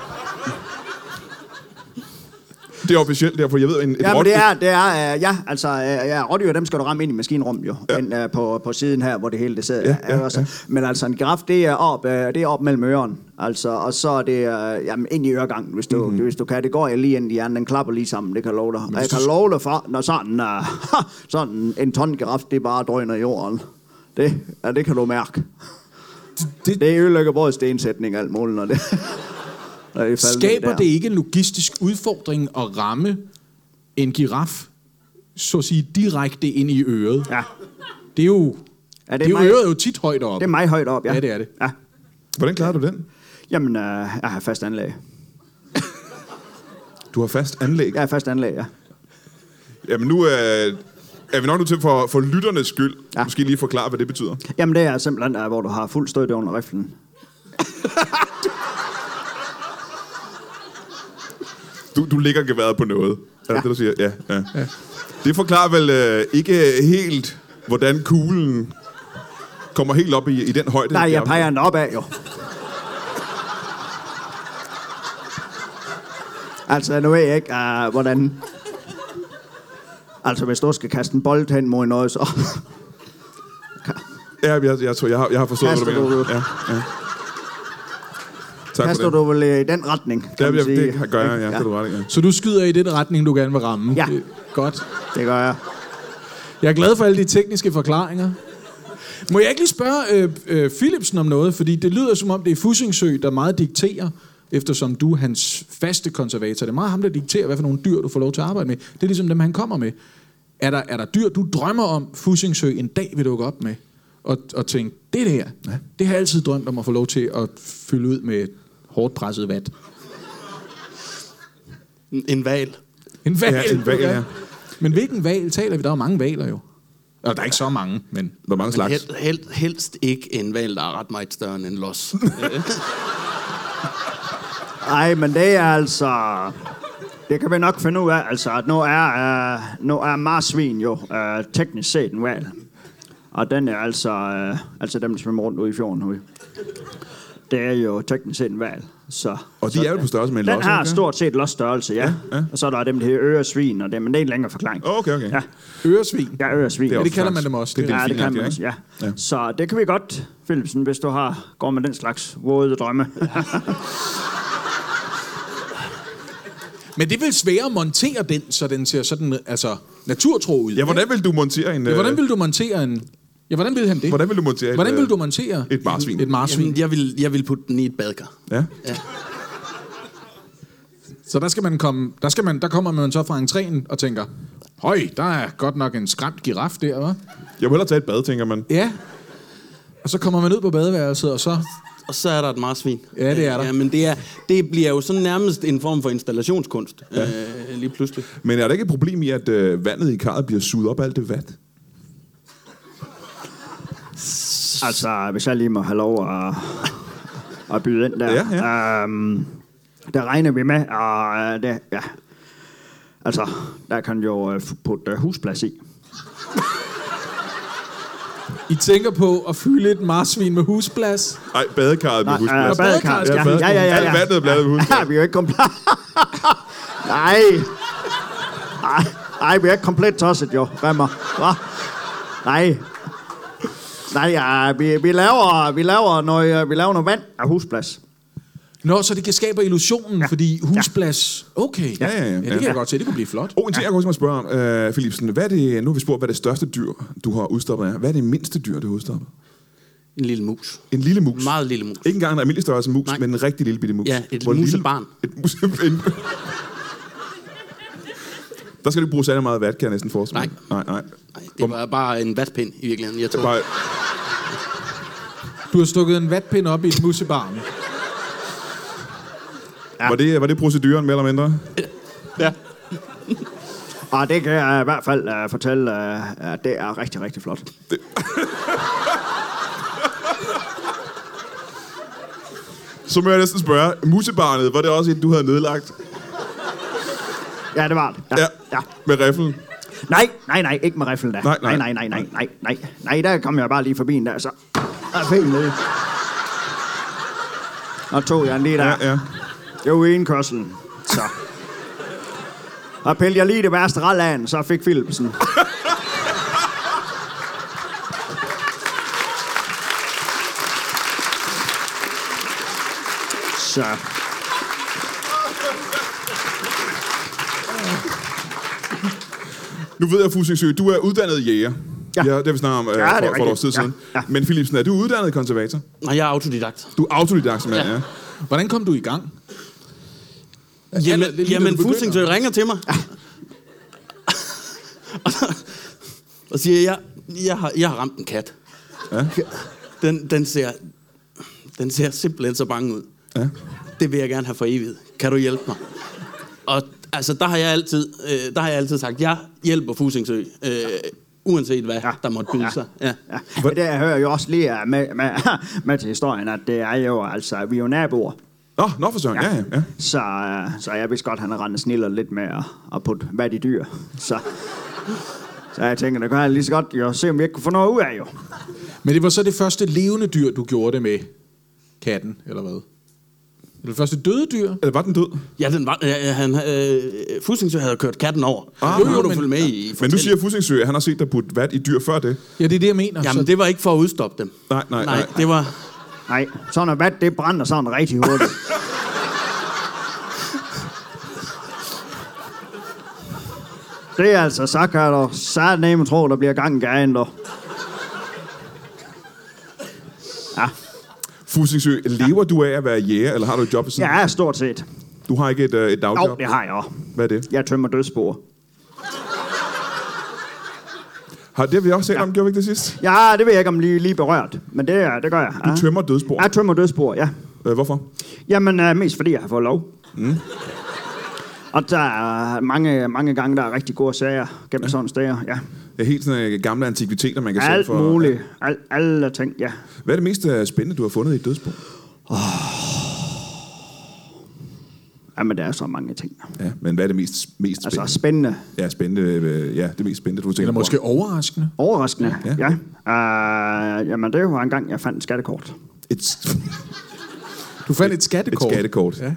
det er officielt derfor. Jeg ved, en, et Ja, men rot- det er, det er, uh, ja, altså, uh, ja, rådyr, dem skal du ramme ind i maskinrummet jo, ja. Den, uh, på, på siden her, hvor det hele det sidder. Ja, ja, også. ja. Men altså, en giraf, det er op, uh, det er op mellem ørerne, altså, og så er det uh, jamen, ind i øregangen, hvis du, mm-hmm. hvis du kan. Det går jeg lige ind i hjernen, den klapper lige sammen, det kan jeg love dig. Og jeg kan love dig for, når sådan, uh, sådan en ton giraf, det bare drøner i jorden. Det, ja, det kan du mærke. Det, det ødelægger både stensætning og alt muligt, når det... når det er faldet ned Skaber der. det ikke en logistisk udfordring at ramme en giraf, så at sige, direkte ind i øret? Ja, Det er jo, ja det er jo mig- øret er jo tit højt op. det er meget højt op, ja. Ja, det er det. Ja. Hvordan klarer du den? Jamen, uh, jeg har fast anlæg. Du har fast anlæg. Jeg har fast anlæg, ja. Jamen nu øh, er vi nok nødt til for, for lytternes skyld, ja. Ja. måske lige forklare, hvad det betyder. Jamen, det er simpelthen, uh, hvor du har fuld støtte under riflen. Du, du ligger geværet på noget. Er det det, du siger? Ja. ja. ja. Det forklarer vel øh, ikke helt, hvordan kuglen kommer helt op i, i den højde. Nej, jeg peger den opad, jo. Altså, nu ved jeg ikke, uh, hvordan... Altså, hvis du skal kaste en bold hen mod noget, så... Ja, jeg, jeg, tror, jeg, har, jeg har forstået, Kaster hvad du mener. du- Ja, ja. Tak Kaster for det. du vel i den retning, kan Det, man det, sige. det gør jeg, ja. Det er du ret i, ja. Så du skyder i den retning, du gerne vil ramme? Ja. Det er godt. Det gør jeg. Jeg er glad for alle de tekniske forklaringer. Må jeg ikke lige spørge øh, øh, Philipsen om noget? Fordi det lyder som om, det er Fussingsø, der meget dikterer, eftersom du er hans faste konservator. Det er meget ham, der dikterer, hvad for nogle dyr, du får lov til at arbejde med. Det er ligesom dem, han kommer med. Er der, er der dyr, du drømmer om, Fussingsø en dag vil dukke op med? Og, og tænke, det der, ja. det har jeg altid drømt om at få lov til at fylde ud med hårdt presset vat. En val. En val, Ja, en hval, okay. ja. Men hvilken val taler vi? Der er jo mange valer jo. Og der er ikke så mange, men... Der er mange Men slags. hel, hel, helst ikke en val, der er ret meget større end en los. Ej, men det er altså... Det kan vi nok finde ud af, altså, at nu er, uh, nu er marsvin jo uh, teknisk set en hval. Og den er altså, uh, altså dem, der svømmer rundt ude i fjorden nu. Det er jo teknisk set en hval. Så, Og de så, er jo på størrelse med en Den los, har ikke? stort set los størrelse, ja. Ja, ja. Og så er der dem, der hedder øresvin, og det, men det er en længere forklaring. Okay, okay. Ja, Øresvin. ja øresvin. Det er Ja, det også kalder slags. man dem også. Det er Ja, det kan man delfinagtigt, også, ja. Ja. ja. Så det kan vi godt, Philipsen, hvis du har går med den slags våde drømme. Men det er vel svært at montere den, så den ser sådan, altså, naturtro ud. Ja, hvordan vil du montere en... Ja, hvordan øh, vil du montere en... Ja, hvordan vil han det? Hvordan vil du montere et, Hvordan øh, vil du montere et marsvin? Et marsvin. Jamen, jeg, vil, jeg vil putte den i et badkar. Ja. Ja. Så der skal man komme, der skal man, der kommer man så fra entréen og tænker, høj, der er godt nok en skræmt giraf der, hva'? Jeg vil hellere tage et bad, tænker man. Ja. Og så kommer man ud på badeværelset, og så... Og så er der et marsvin. Ja, det er der. Ja, men det, er, det bliver jo sådan nærmest en form for installationskunst, ja. øh, lige pludselig. Men er der ikke et problem i, at øh, vandet i karret bliver suget op af alt det vat? Altså, hvis jeg lige må have lov at, at byde ind der. Ja, ja. Øhm, der regner vi med, og øh, det, ja. Altså, der kan jo øh, putte øh, husplads i. I tænker på at fylde et marsvin med husplads? Nej, badekarret med Nej, husplads. øh, badekarret, Ja, ja. badekar. Ja, ja, ja, Alt ja. vandet er bladet med husplads. Ja, vi er jo ikke komplet. Nej. Nej, nej, vi er ikke komplet tosset, jo. Hvad mig? Hva? Nej. Nej, ja, vi, vi, laver, vi, laver noget, vi laver noget vand af husplads. Nå, så det kan skabe illusionen, ja. Fordi husplads... Okay. Ja, ja, ja. ja det kan jeg godt se, det kunne blive flot. Oh, en ting, jeg kunne også spørge om, uh, Philipsen. Hvad er det, nu har vi spurgt, hvad det største dyr, du har udstoppet er. Hvad er det mindste dyr, du har udstoppet? En lille mus. En lille mus. Meget lille mus. Ikke engang en almindelig størrelse mus, Nej. men en rigtig lille bitte mus. Ja, et Hvor musebarn. Lille, et musebarn. Der skal du ikke bruge særlig meget vat, kan jeg næsten forestille mig. Nej, nej. Nej, det var bare en vatpind i virkeligheden. Jeg tror, Bare, Du har stukket en vatpind op i et musebarn. ja. var, det, var det proceduren, mere eller mindre? ja. Og det kan jeg i hvert fald uh, fortælle, uh, at det er rigtig, rigtig flot. Så må jeg næsten spørge, musebarnet, var det også et, du havde nedlagt? Ja, det var det. Ja. Ja, ja. med riffelen. Nej, nej, nej, ikke med riffel da. Nej, nej. nej, nej, nej, nej, nej, nej, der kom jeg bare lige forbi en der, så er fint nede. Og tog jeg den lige der. Ja, ja. Det var i indkørselen, så. Og pælte jeg lige det værste rald af den, så fik Philipsen. Så. Nu ved jeg, Fussingsø, du er uddannet jæger. Ja. Ja, det har vi snakket om øh, Ja, det er for, for et rigtigt. års tid Ja, siden. ja. Men Philipsen, er du uddannet konservator? Nej, jeg er autodidakt. Du er autodidakt, mand, ja. Ja. ja. Hvordan kom du i gang? Jamen, det er lige, da jamen du begynder. Fussingsø ringer til mig. og siger, jeg, jeg, har, jeg har ramt en kat. Ja. Den, den, ser, den ser simpelthen så bange ud. Ja. Det vil jeg gerne have for evigt. Kan du hjælpe mig? Og altså, der har jeg altid, øh, der har jeg altid sagt, jeg hjælper Fussingsø, øh, uanset hvad Ja. der måtte byde Ja. sig. Ja. Ja. Men det hører jo også lige med, med, med til historien, at det er jo, altså, vi er jo naboer. Nå, nå for søren, ja, ja. ja. Så, øh, så jeg vidste godt, at han har rendt sniller lidt med at, at putte vat i dyr. Så, så jeg tænker, det kan jeg lige så godt jo, se, om vi ikke kunne få noget ud af, jo. Men det var så det første levende dyr, du gjorde det med katten, eller hvad? Eller det første døde dyr? Eller var den død? Ja, den var, ja, han, øh, Fussingsø havde kørt katten over. Ah, jo, jo, du men- følge med i Men nu siger Fussingsø, at han har set dig putte vat i dyr før det. Ja, det er det, jeg mener. Jamen, så... det var ikke for at udstoppe dem. Nej, nej, nej. Nej, det var... Nej, sådan noget vat, det brænder sådan rigtig hurtigt. Det er altså, så kan du satnemme tro, der bliver gang i gaden, du. Ja, Fussingsø, lever du af at være jæger, eller har du et job ved siden? jeg er stort set. Du har ikke et, øh, et dagjob? Jo, det har jeg også. Hvad er det? Jeg tømmer dødsspor. Har, det har vi også set om, gjorde vi ikke det sidst? Ja, det ved jeg ikke, om lige, lige berørt, men det, er- det gør jeg. Du Ja. tømmer dødsbord. Jeg tømmer dødsspor, ja. Øh, hvorfor? Jamen, uh, mest fordi jeg har fået lov. Mm. Og der er mange, mange gange, der er rigtig gode sager gennem ja. sådan steder, ja. Det er helt sådan øh, gamle antikviteter, man kan se Alt for. muligt. Al, alle ting, ja. Hvad er det mest øh, spændende, du har fundet i et dødsbord? Jamen, der er så mange ting. Ja, men hvad er det mest, mest spændende? Altså, spændende. Ja, spændende. Øh, ja, det mest spændende, du tænker Eller på. måske overraskende. Overraskende, Ja. ja. ja. Uh, jamen, det var en gang, jeg fandt et skattekort. Et, Du fandt et et skattekort. skattekort. Ja.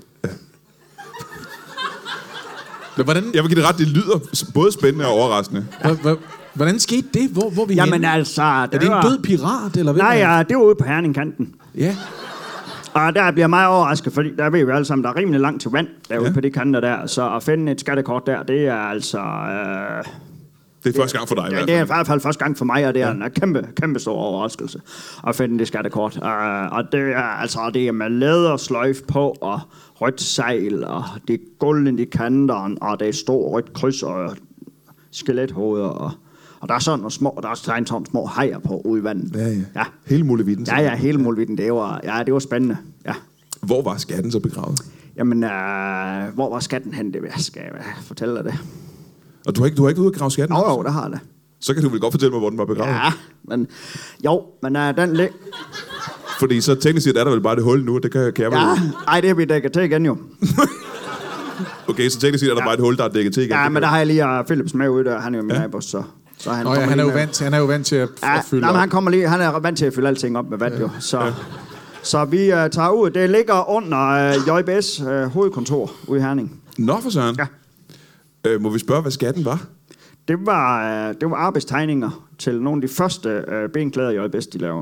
Men hvordan, Jeg vil give det ret, det lyder både spændende og overraskende. hva- hva- hvordan skete det? Hvor, hvor er vi Jamen, henne? altså... Er det en var... død pirat, eller hvad? Nej, ja, det var ude på Herningkanten. Ja. Og der bliver jeg meget overrasket, fordi der ved vi alle sammen, der er rimelig langt til vand derude Ja. ja. på de kanter der. Så at finde et skattekort der, det er altså... Øh, Det er første gang for dig i ja, hvert det er i fald. hvert fald første gang for mig, og det er en kæmpe, kæmpe stor overraskelse at finde det skattekort. Uh, og det er altså det er med lædersløjf på, og rødt sejl, og det er gulden i kanteren, og det er stor rødt kryds, og skelethoveder, og, og der er sådan nogle små, der er sådan nogle små hajer på ude i vandet. Ja, ja. Ja. Hele muligheden. Ja, ja, hele muligheden. Det var, ja, det var spændende. Ja. Hvor var skatten så begravet? Jamen, øh, hvor var skatten hen? Det vil jeg skal jeg fortælle dig det. Og du har ikke, du har ikke været ude at grave skatten? Jo, jo, der har det. Så kan du vel godt fortælle mig, hvor den var begravet? Ja, men... Jo, men øh, den lig... Fordi så teknisk set er der vel bare det hul nu, det kan, kan jeg vel... Ja, ej, det har vi dækket til igen jo. Okay, så teknisk set er der Ja. bare et hul, der er dækket til igen. Ja, Det men kan- der har jeg lige uh, Philips med ude der. Han er jo min ja. nabo, så... så han, Nå ja, kommer han er, jo lige med- vant til, han er jo vant til at, Ja, at fylde nej, men op. han kommer lige... Han er vant til at fylde alting op med vand, ja. jo. Så, ja. så vi uh, tager ud. Det ligger under uh, J B S uh, hovedkontor ude i Herning. Nå for søren. Ja. Øh, må vi spørge, hvad skatten var? Det var, uh, det var arbejdstegninger til nogle af de første uh, benklæder, J B S de laver.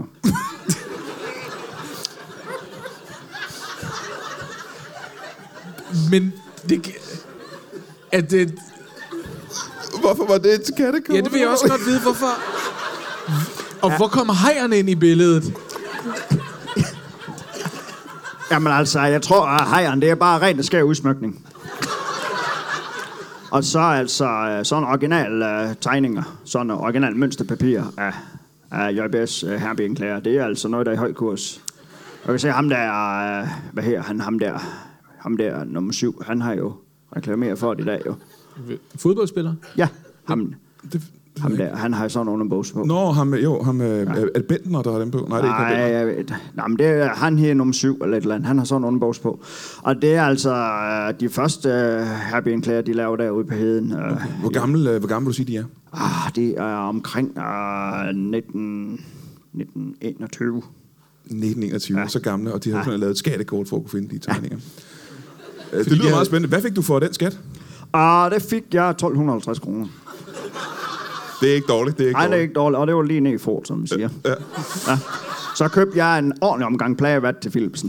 Men det... At det, Hvorfor var det et skattekort? ja, det vil jeg også godt vide, hvorfor... Og ja. hvor kommer hejerne ind i billedet? Jamen altså, jeg tror, at hejren, det er bare rent og skær udsmykning. Og så altså øh, sådan originale uh, tegninger, sådan original mønsterpapir af, af J B S uh, herbenklæder. Det er altså noget, der er i høj kurs. Jeg kan se ham der, uh, hvad her han, ham der, ham der nummer syv, han har jo reklameret for det i dag jo. Fodboldspiller? Ja, ham, Det, ham der, han har sådan nogle bogser på. Nå, ham, jo, ham, ja. Er det Bentner, der har dem på? Nej, det er Nej, ikke ham jeg ved, nej, men det er han her nummer syv eller et eller andet. Han har sådan nogle bogs på. Og det er altså øh, de første øh, herbenklæder, de laver derude på heden. Øh, Hvor gammel, øh, hvor gammel vil du sige, de er? ah, det er omkring øh, nitten enogtyve. nitten enogtyve, ja. Ja. Så gamle, og de har Ja. ja. lavet et skattekort for at kunne finde de tegninger. Ja. Det lyder de meget har- spændende. Hvad fik du for den skat? Og det fik jeg tolv halvtreds kroner. Det er ikke dårligt, det er ikke Nej, det er dårligt. ikke dårligt, og det var lige ned i fort, som man siger. Ja. Ja. Så købte jeg en ordentlig omgang plagevat til Philipsen.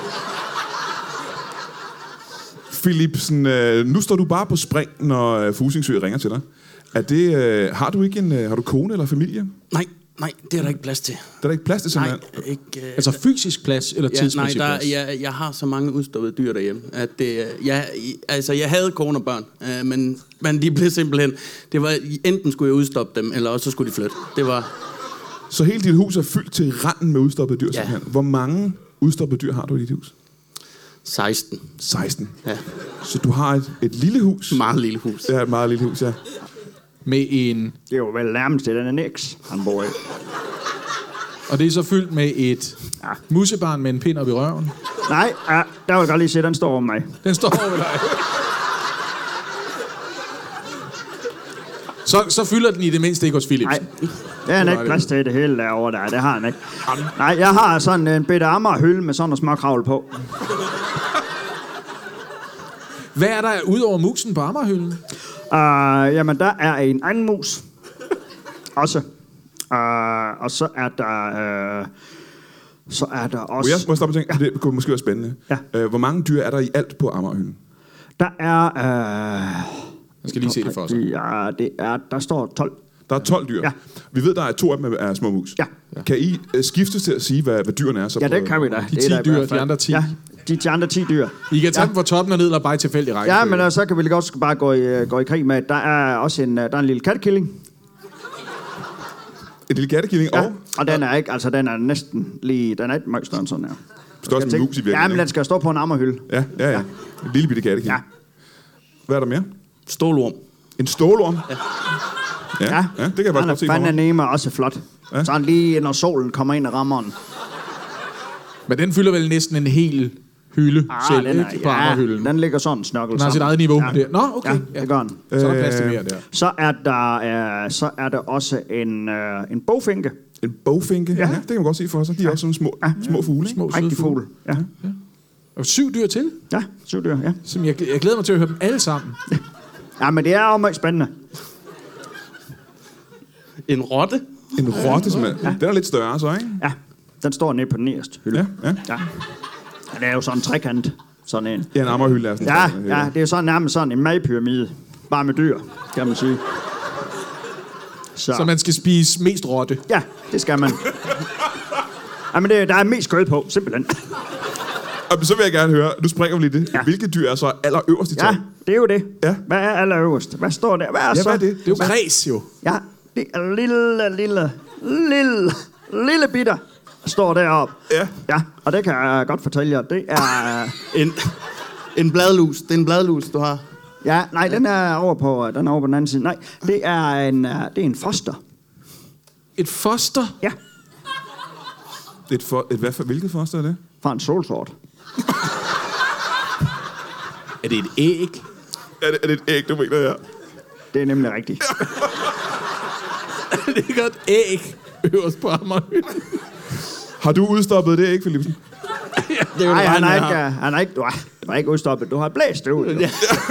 Philipsen, øh, nu står du bare på spring, når øh, Fusingsø ringer til dig. Er det, øh, har du ikke en, øh, har du kone eller familie? Nej, nej, det er der ikke plads til. Der er der ikke plads til Nej, simpelthen? ikke... Øh, Altså fysisk plads eller ja, nej, tidsmæssig der, plads? jeg, jeg har så mange udstoppede dyr derhjemme, at det, øh, jeg, altså, jeg havde kone og børn, øh, men, men de blev simpelthen... Det var, enten skulle jeg udstoppe dem, eller også så skulle de flytte. Det var... Så hele dit hus er fyldt til randen med udstoppede dyr Ja. simpelthen. Hvor mange udstoppede dyr har du i dit hus? seksten. seksten. Ja, Så du har et, et lille hus. meget lille hus. Det er et meget lille hus, ja. Med en... Det er jo vel nærmest det, den er niks, han bor i. Og det er så fyldt med et Ja. musebarn med en pind op i røven. Nej, ja, der vil jeg godt lige se, den står over mig. Den står over ved dig. Så, så fylder den i det mindste ikke hos Philips. Nej, det er han ikke plads til det hele derovre der. Det har han ikke. Nej, jeg har sådan en bitte ammerhylde med sådan noget småkravl på. Hvad er der ud over musen på Amagerhylden? Uh, jamen, der er en anden mus. Også. Uh, og så er der... Uh, så er der også... Må jeg, må jeg stoppe og tænke? Ja. Det kunne måske være spændende. Ja. Uh, hvor mange dyr er der i alt på Amagerhylden? Der er... Uh, Jeg skal lige se det for sig. Ja, det er... Der står tolv. Der er tolv dyr. Ja. Vi ved, der er to af dem er små mus. Ja. Kan I uh, skifte til at sige, hvad, hvad dyrene er? Så Ja, på, det kan vi da. De Det er da ti i dyr, hvert fald- de andre ti. Ja, de, de andre ti dyr. I kan tage Ja. dem fra toppen og ned, eller bare i tilfældig række. Ja, men uh, så kan vi godt bare gå i, uh, gå i krig med. Der er også en, uh, der er en lille kattekilling. En lille kattekilling Ja. og Og den er ikke, altså den er næsten lige, den er ikke meget større end sådan her. størst en mus i virkeligheden. Ja, men den skal stå på en ammerhylde. Ja, ja, ja. En lille bitte kattekilling. Ja. Hvad er der mere? Stålorm. En stålorm? Ja. Ja, ja, det kan jeg Han faktisk er godt se for mig. fandme også flot. Ja. Ja. Så han lige, når solen kommer ind og rammer den. Men den fylder vel næsten en hel hylde Ah, selv, den er, ikke? På ja, Amagerhylden. den ligger sådan snørkel Den har sit eget niveau der. Nå, okay. Ja, det gør den. Så er der plads til mere der. Så er der, uh, så er der også en, uh, en bogfinke. En bogfinke? Ja. Ja. ja, det kan man godt se for sig. De er også sådan små, små fugle, ikke? Små søde Rigtig fugle. fugl. Ja. Og syv dyr til, Ja, syv dyr, ja. som jeg, jeg glæder mig til at høre dem alle sammen. Ja, men det er jo meget spændende. En rotte. En rotte, simpelthen. Den er lidt større, så, ikke? Ja, den står nede på den nederste hylde. Ja, ja. ja. Den er jo sådan en trekant. Sådan en. Ja, en Amagerhylde er sådan. Ja, sådan, ja, det er så nærmest sådan en madpyramide. Bare med dyr, kan man sige. Så, Så man skal spise mest rotte. ja, det skal man. Jamen, det, der er mest kød på, simpelthen. Og så vil jeg gerne høre, nu springer vi lige det. Ja. Hvilke dyr er så allerøverst i Ja, top? det er jo det. Ja. Hvad er allerøverst? Hvad står der? Hvad er Ja, så? hvad er det? Det er jo græs, jo. Ja, det er lille, lille, lille, lille bitter, står deroppe. Ja. Ja, og det kan jeg godt fortælle jer. Det er... En, en bladlus. Det er en bladlus, du har. Ja, nej, den er over på, den er over på den anden side. Nej, det er en, uh, det er en foster. Et foster. Ja, Et for, et hvad for, hvilket foster er det? fra en solsort. Er det et æg? Er det, er det et æg, du mener, ja? Det er nemlig rigtigt. Det er godt æg øverst på Amagerhylden. Har du udstoppet det æg, Philipsen? Det er jo Nej, det, han er jeg ikke, har. uh, han er ikke, du har, du har ikke udstoppet. Du har blæst det ud. Jo.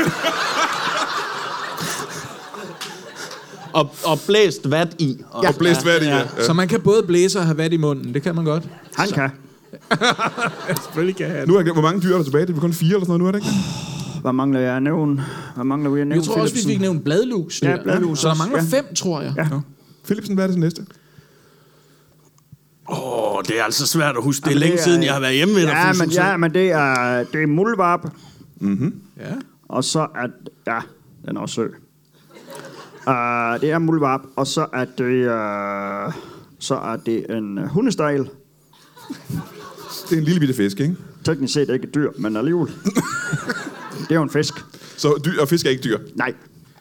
Og, og blæst vat i. Og, Ja. Og blæst vand i, ja. ja. Så man kan både blæse og have vat i munden. Det kan man godt. Han kan. Selvfølgelig kan jeg. Nu har jeg glemt, hvor mange dyr er der tilbage? Det er kun fire eller sådan noget, nu er det ikke? Hvad mangler jeg at nævne? Hvad mangler vi at nævne, Jeg tror også, vi Philipsen? fik nævnt bladlus. Ja, der. bladlus Så der også, mangler ja. fem, tror jeg. Ja. Ja. Philipsen, hvad er det så næste? Åh, det er altså svært at huske. Det er Jamen, længe det er- siden, jeg har været hjemme ved dig. Ja, Fussel. men, ja, men det er, det er muldvarp. Ja. Og så er... Ja, den er også sød. Uh, det er muldvarp. Og så er det... Uh, så er det en uh, hundestejl. Det er en lille bitte fisk, ikke? Teknisk set ikke et dyr, men alligevel. Det er jo en fisk. Så dyr, og fisk er ikke dyr. Nej.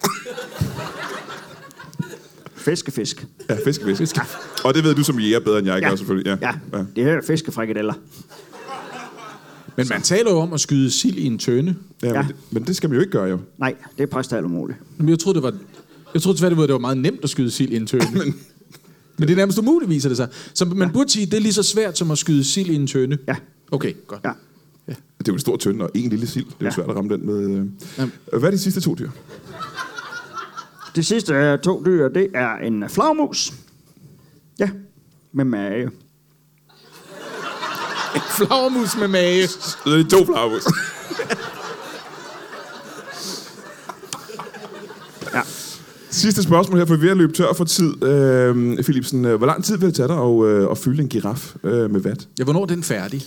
Fiskefisk. Ja, fisk er fisk. fisk. Og det ved du som jæger bedre end jeg gør, Ja. selvfølgelig. Ja. Ja, ja. Det her er fiskefrikadeller. Men man taler jo om at skyde sild i en tønde. Ja, Ja. men, det, men det skal man jo ikke gøre, jo. Nej, det er præst alt umuligt. Men jeg troede, det var... Jeg troede tværtimod, det var meget nemt at skyde sild i en tønde. men, men det er nærmest umuligt, viser det sig. Så man burde sige, det er lige så svært som at skyde sild i en tønde. Ja. Okay, godt. Ja. Det er jo en stor tønde og en lille sild. Det er jo Ja. svært at ramme den med... Øh. Jamen. Hvad er de sidste to dyr? De sidste øh, to dyr, det er en flagmus. Ja, med mage. Flagermus med mage. Så er de to flagermus. Ja. Sidste spørgsmål her, for vi er ved at løbe tør for tid. Øh, Philipsen, øh, hvor lang tid vil det tage dig at, øh, at fylde en giraf øh, med vat? Ja, hvornår er den færdig?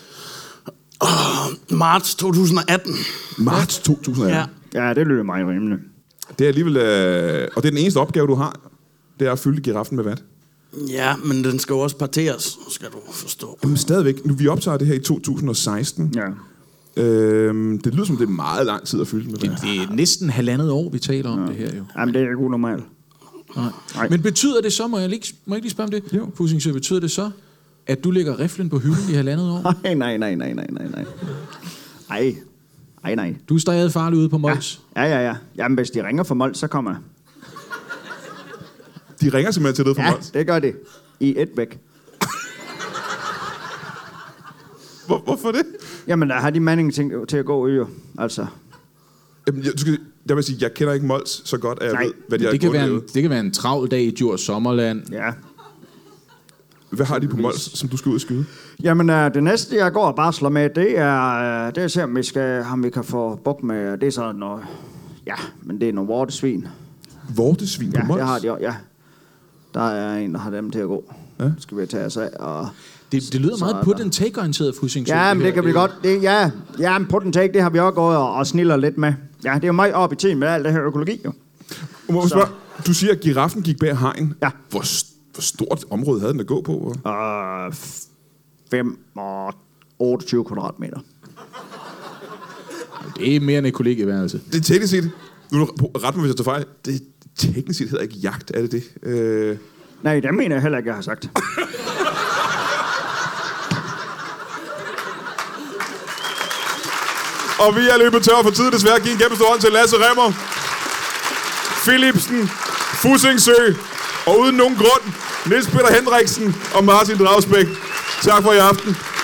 Marts to tusind og atten. Marts to tusind atten. Ja. Ja, det lyder meget rimeligt. Det er alligevel... Øh, og det er den eneste opgave, du har. Det er at fylde giraffen med vat. Ja, men den skal jo også parteres, skal du forstå. Jamen stadigvæk. Nu vi optager det her i to tusind og seksten. Ja. Øh, det lyder som, det er meget lang tid at fylde med Det, vat. det er næsten halvandet år, vi taler om ja. det her jo. Jamen, det er ikke unormalt. Nej. Nej. Men betyder det så, må jeg lige, må jeg ikke lige spørge om det? Jo. Fusingsø, betyder det så, at du lægger riflen på hylden i halvandet år? Nej, nej, nej, nej, nej, nej, nej. Ej, ej, nej. Du er stadig farlig ude på Mols? Ja, ja, ja. Jamen, hvis de ringer for Mols, så kommer jeg. De ringer simpelthen til det for Ja, Mols. det gør det. I et væk. Hvor, hvorfor det? Jamen, der har de manding til, til at gå jo. Altså, Jamen, jeg, du skal, jeg vil sige, jeg kender ikke Mols så godt, at jeg Nej. ved, hvad de har Det kan, være en, lavet. det kan være en travl dag i Djurs Sommerland. ja. Hvad har de på Mols, som du skal ud og skyde? Jamen, øh, det næste, jeg går og barsler med, det er, øh, det er at se, om vi, skal, om vi kan få bukt med, det er sådan noget, ja, men det er nogle vortesvin. Vortesvin Ja, på Mols? det har de også, ja. Der er en, der har dem til at gå. Ja. Det skal vi tage os af, og... Det, det lyder Så meget er på der- den take-orienterede Fussing. Ja, men det kan vi godt. Det, ja, ja, men på den take, det har vi også gået og, og sniller lidt med. Ja, det er jo meget op i tiden med alt det her økologi, jo. Må jeg Så- spørge, du siger, at giraffen gik bag hegn. Ja. Hvor, st- hvor stort område havde den at gå på? Og fem og otteogtyve kvadratmeter. Det er mere end et kollegieværelse. Det er teknisk set, nu er du ret mig, hvis jeg tager fejl, det teknisk set hedder ikke jagt, er det det? Øh... Nej, det mener jeg heller ikke, jeg har sagt. Og vi er løbet tør for tid, desværre. Giv en kæmpe stor hånd til Lasse Remmer, Philipsen, Fussingsø, og uden nogen grund, Niels Peter Hendriksen og Martin Dragsbæk. Tak for i aften.